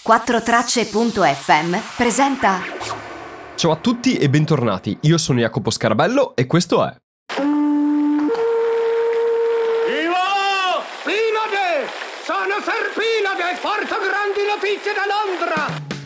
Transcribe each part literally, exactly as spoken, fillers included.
quattro tracce punto effe emme presenta. Ciao a tutti e bentornati, io sono Jacopo Scarabello e questo è Ivo! Pilade! Sono Serpilade! Porto grandi notizie da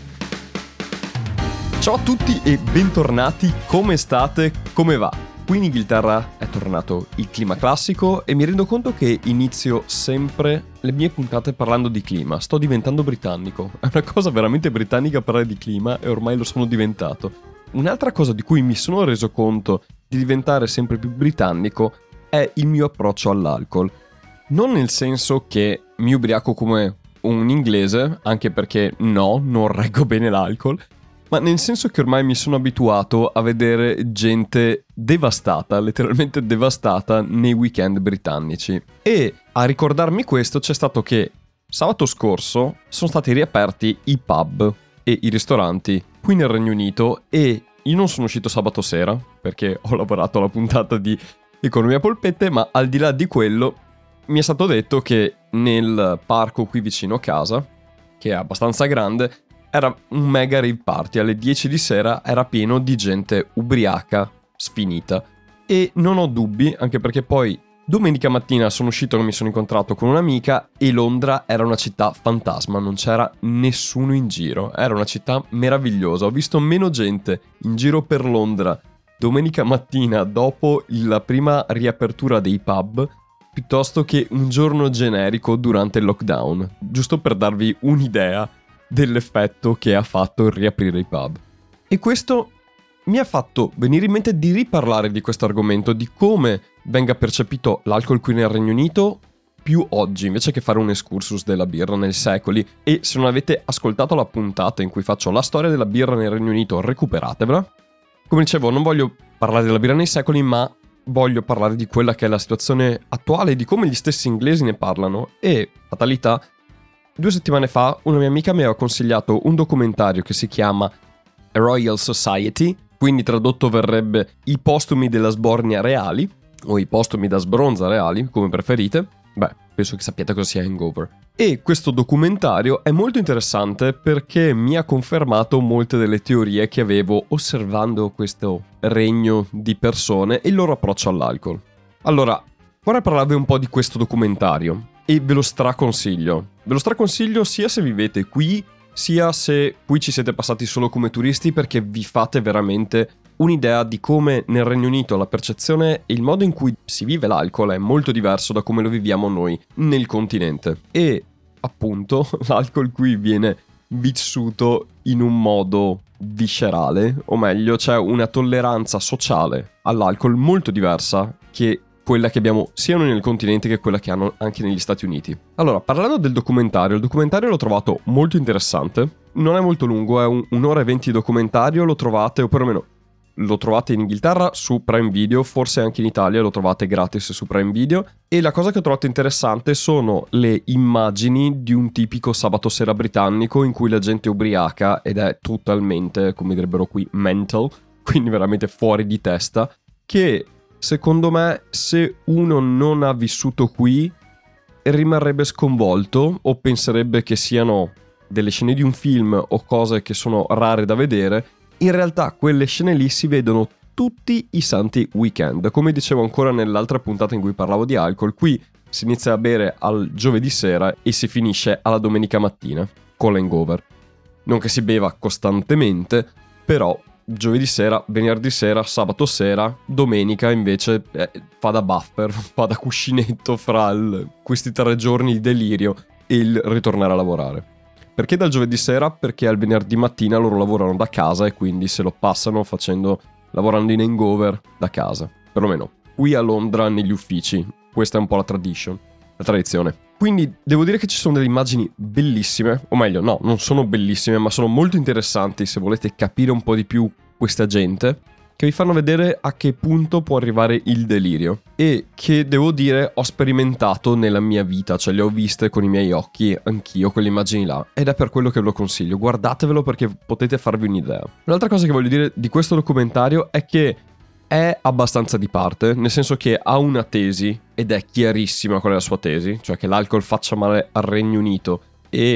Londra! Ciao a tutti e bentornati, come state? Come va? Qui in Inghilterra è tornato il clima classico e mi rendo conto che inizio sempre le mie puntate parlando di clima. Sto diventando britannico. È una cosa veramente britannica parlare di clima e ormai lo sono diventato. Un'altra cosa di cui mi sono reso conto di diventare sempre più britannico è il mio approccio all'alcol. Non nel senso che mi ubriaco come un inglese, anche perché no, non reggo bene l'alcol, ma nel senso che ormai mi sono abituato a vedere gente devastata, letteralmente devastata, nei weekend britannici. E a ricordarmi questo c'è stato che sabato scorso sono stati riaperti i pub e i ristoranti qui nel Regno Unito e io non sono uscito sabato sera perché ho lavorato alla puntata di Economia Polpette, ma al di là di quello mi è stato detto che nel parco qui vicino a casa, che è abbastanza grande, era un mega rave party, alle dieci di sera era pieno di gente ubriaca, sfinita. E non ho dubbi, anche perché poi domenica mattina sono uscito e mi sono incontrato con un'amica e Londra era una città fantasma, non c'era nessuno in giro, era una città meravigliosa. Ho visto meno gente in giro per Londra domenica mattina dopo la prima riapertura dei pub piuttosto che un giorno generico durante il lockdown, giusto per darvi un'idea dell'effetto che ha fatto il riaprire i pub. E questo mi ha fatto venire in mente di riparlare di questo argomento, di come venga percepito l'alcol qui nel Regno Unito più oggi, invece che fare un excursus della birra nei secoli. E se non avete ascoltato la puntata in cui faccio la storia della birra nel Regno Unito, recuperatevela. Come dicevo, non voglio parlare della birra nei secoli, ma voglio parlare di quella che è la situazione attuale, di come gli stessi inglesi ne parlano. E, fatalità, due settimane fa una mia amica mi aveva consigliato un documentario che si chiama A Royal Society, quindi tradotto verrebbe I postumi della sbornia reali, o I postumi da sbronza reali, come preferite. Beh, penso che sappiate cosa sia hangover. E questo documentario è molto interessante perché mi ha confermato molte delle teorie che avevo osservando questo regno di persone e il loro approccio all'alcol. Allora, vorrei parlarvi un po' di questo documentario e ve lo straconsiglio. Ve lo straconsiglio sia se vivete qui, sia se qui ci siete passati solo come turisti, perché vi fate veramente un'idea di come nel Regno Unito la percezione e il modo in cui si vive l'alcol è molto diverso da come lo viviamo noi nel continente. E appunto l'alcol qui viene vissuto in un modo viscerale, o meglio c'è una tolleranza sociale all'alcol molto diversa che quella che abbiamo sia noi nel continente che quella che hanno anche negli Stati Uniti. Allora, parlando del documentario, il documentario l'ho trovato molto interessante, non è molto lungo, è un, un'ora e venti di documentario, lo trovate, o perlomeno lo trovate in Inghilterra su Prime Video, forse anche in Italia lo trovate gratis su Prime Video, e la cosa che ho trovato interessante sono le immagini di un tipico sabato sera britannico in cui la gente è ubriaca ed è totalmente, come direbbero qui, mental, quindi veramente fuori di testa, che secondo me, se uno non ha vissuto qui, rimarrebbe sconvolto o penserebbe che siano delle scene di un film o cose che sono rare da vedere. In realtà quelle scene lì si vedono tutti i santi weekend. Come dicevo ancora nell'altra puntata in cui parlavo di alcol, qui si inizia a bere al giovedì sera e si finisce alla domenica mattina, con l'hangover. Non che si beva costantemente, però giovedì sera, venerdì sera, sabato sera, domenica invece eh, fa da buffer, fa da cuscinetto fra il, questi tre giorni di delirio e il ritornare a lavorare. Perché dal giovedì sera? Perché al venerdì mattina loro lavorano da casa e quindi se lo passano facendo, lavorando in hangover da casa. Perlomeno qui a Londra negli uffici, questa è un po' la tradition, la tradizione. Quindi devo dire che ci sono delle immagini bellissime, o meglio no, non sono bellissime, ma sono molto interessanti se volete capire un po' di più questa gente, che vi fanno vedere a che punto può arrivare il delirio e che devo dire ho sperimentato nella mia vita, cioè le ho viste con i miei occhi anch'io quelle immagini là, ed è per quello che ve lo consiglio, guardatevelo perché potete farvi un'idea. Un'altra cosa che voglio dire di questo documentario è che è abbastanza di parte, nel senso che ha una tesi ed è chiarissima qual è la sua tesi, cioè che l'alcol faccia male al Regno Unito e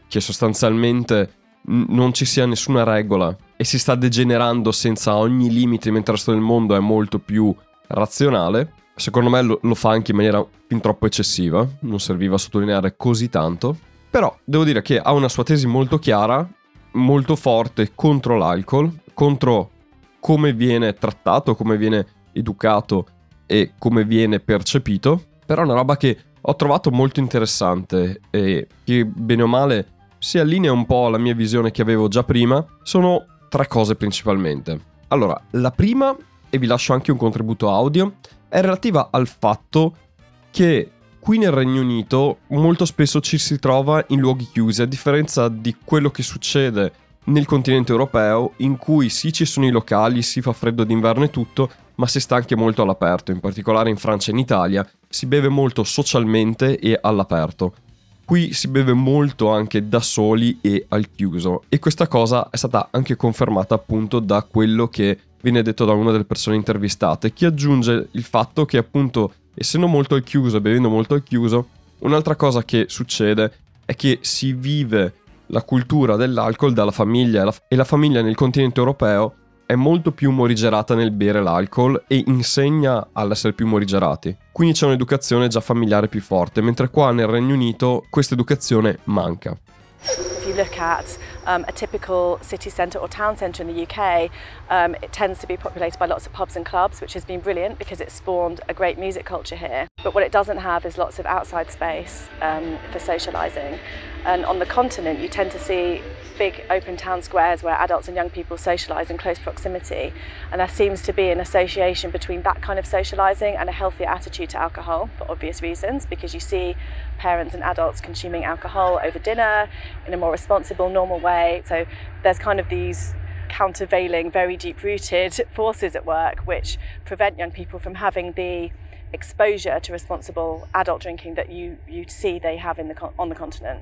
che sostanzialmente n- non ci sia nessuna regola e si sta degenerando senza ogni limite, mentre il resto del mondo è molto più razionale, secondo me lo, lo fa anche in maniera fin troppo eccessiva, non serviva a sottolineare così tanto. Però devo dire che ha una sua tesi molto chiara, molto forte contro l'alcol, contro come viene trattato, come viene educato e come viene percepito. Però è una roba che ho trovato molto interessante e che bene o male si allinea un po' alla mia visione che avevo già prima. Sono tre cose principalmente. Allora, la prima, e vi lascio anche un contributo audio, è relativa al fatto che qui nel Regno Unito molto spesso ci si trova in luoghi chiusi, a differenza di quello che succede nel continente europeo, in cui sì ci sono i locali, si fa freddo d'inverno e tutto, ma si sta anche molto all'aperto. In particolare in Francia e in Italia si beve molto socialmente e all'aperto. Qui si beve molto anche da soli e al chiuso, e questa cosa è stata anche confermata appunto da quello che viene detto da una delle persone intervistate, che aggiunge il fatto che appunto, essendo molto al chiuso e bevendo molto al chiuso, un'altra cosa che succede è che si vive la cultura dell'alcol dalla famiglia, e la, e la famiglia nel continente europeo è molto più morigerata nel bere l'alcol e insegna all'essere più morigerati. Quindi c'è un'educazione già familiare più forte, mentre qua nel Regno Unito questa educazione manca. If you look at um, a typical city centre or town centre in the U K, um, it tends to be populated by lots of pubs and clubs, which has been brilliant because it's spawned a great music culture here. But what it doesn't have is lots of outside space um, for socialising. And on the continent, you tend to see big open town squares where adults and young people socialise in close proximity. And there seems to be an association between that kind of socialising and a healthier attitude to alcohol, for obvious reasons, because you see parents and adults consuming alcohol over dinner in a more responsible, normal way. So there's kind of these countervailing, very deep-rooted forces at work which prevent young people from having the exposure to responsible adult drinking that you, you see they have in the, on the continent.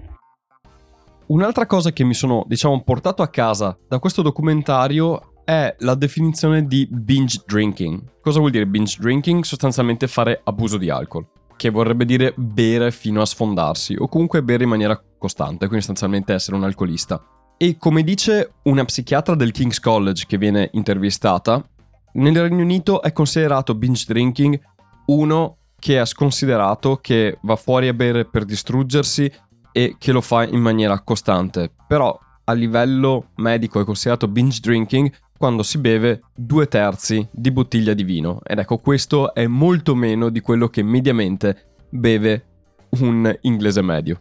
Un'altra cosa che mi sono, diciamo, portato a casa da questo documentario è la definizione di binge drinking. Cosa vuol dire binge drinking? Sostanzialmente fare abuso di alcol, che vorrebbe dire bere fino a sfondarsi o comunque bere in maniera costante, quindi sostanzialmente essere un alcolista. E come dice una psichiatra del King's College che viene intervistata, nel Regno Unito è considerato binge drinking uno che è sconsiderato, che va fuori a bere per distruggersi e che lo fa in maniera costante. Però a livello medico è considerato binge drinking quando si beve due terzi di bottiglia di vino. Ed ecco, questo è molto meno di quello che mediamente beve un inglese medio.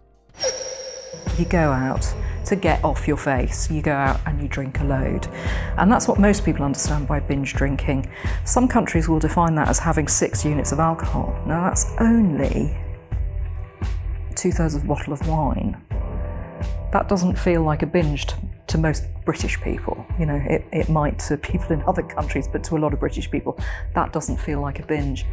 You go out to get off your face, you go out and you drink a load. And that's what most people understand by binge drinking. Some countries will define that as having six units of alcohol. Now that's only two-thirds of a bottle of wine. That doesn't feel like a binge to, to most British people. You know, it, it might to people in other countries, but to a lot of British people, that doesn't feel like a binge.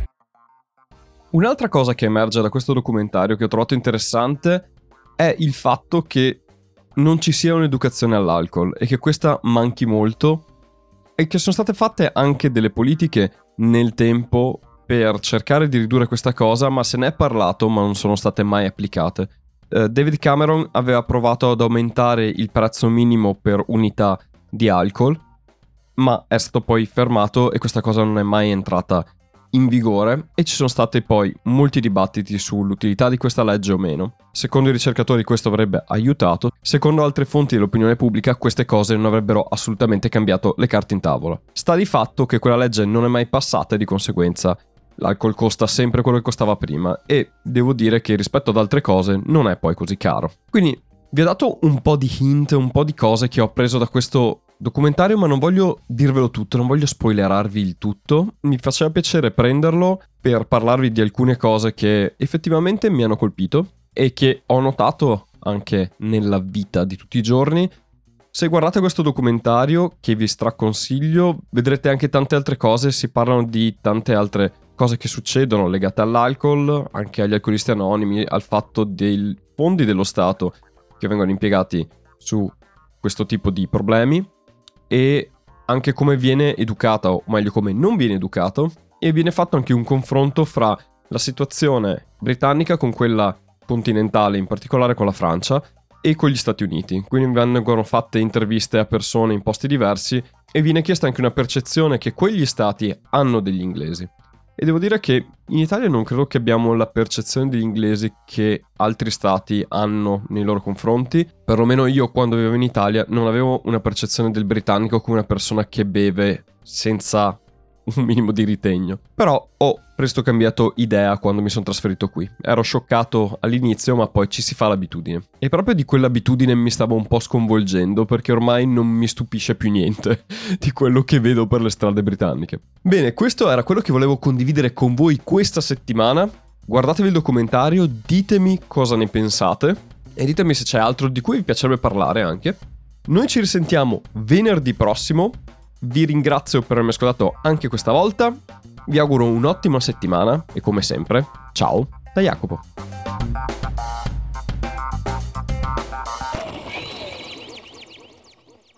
Un'altra cosa che emerge da questo documentario che ho trovato interessante è il fatto che non ci sia un'educazione all'alcol e che questa manchi molto, e che sono state fatte anche delle politiche nel tempo per cercare di ridurre questa cosa, ma se ne è parlato ma non sono state mai applicate. Uh, David Cameron aveva provato ad aumentare il prezzo minimo per unità di alcol, ma è stato poi fermato e questa cosa non è mai entrata in vigore, e ci sono stati poi molti dibattiti sull'utilità di questa legge o meno. Secondo i ricercatori questo avrebbe aiutato, secondo altre fonti dell'opinione pubblica queste cose non avrebbero assolutamente cambiato le carte in tavola. Sta di fatto che quella legge non è mai passata e di conseguenza l'alcol costa sempre quello che costava prima, e devo dire che rispetto ad altre cose non è poi così caro. Quindi vi ho dato un po' di hint, un po' di cose che ho preso da questo documentario, ma non voglio dirvelo tutto, non voglio spoilerarvi il tutto. Mi faceva piacere prenderlo per parlarvi di alcune cose che effettivamente mi hanno colpito e che ho notato anche nella vita di tutti i giorni. Se guardate questo documentario, che vi straconsiglio, vedrete anche tante altre cose, si parlano di tante altre cose che succedono legate all'alcol, anche agli alcolisti anonimi, al fatto dei fondi dello Stato che vengono impiegati su questo tipo di problemi, e anche come viene educata, o meglio come non viene educato, e viene fatto anche un confronto fra la situazione britannica con quella continentale, in particolare con la Francia, e con gli Stati Uniti. Quindi vengono fatte interviste a persone in posti diversi e viene chiesta anche una percezione che quegli stati hanno degli inglesi. E devo dire che in Italia non credo che abbiamo la percezione degli inglesi che altri stati hanno nei loro confronti. Perlomeno io, quando vivevo in Italia, non avevo una percezione del britannico come una persona che beve senza un minimo di ritegno. Però ho presto cambiato idea quando mi sono trasferito qui. Ero scioccato all'inizio, ma poi ci si fa l'abitudine. E proprio di quell'abitudine mi stavo un po' sconvolgendo, perché ormai non mi stupisce più niente di quello che vedo per le strade britanniche. Bene, questo era quello che volevo condividere con voi questa settimana. Guardatevi il documentario, ditemi cosa ne pensate e ditemi se c'è altro di cui vi piacerebbe parlare anche. Noi ci risentiamo venerdì prossimo. Vi ringrazio per avermi ascoltato anche questa volta, vi auguro un'ottima settimana e come sempre, ciao da Jacopo.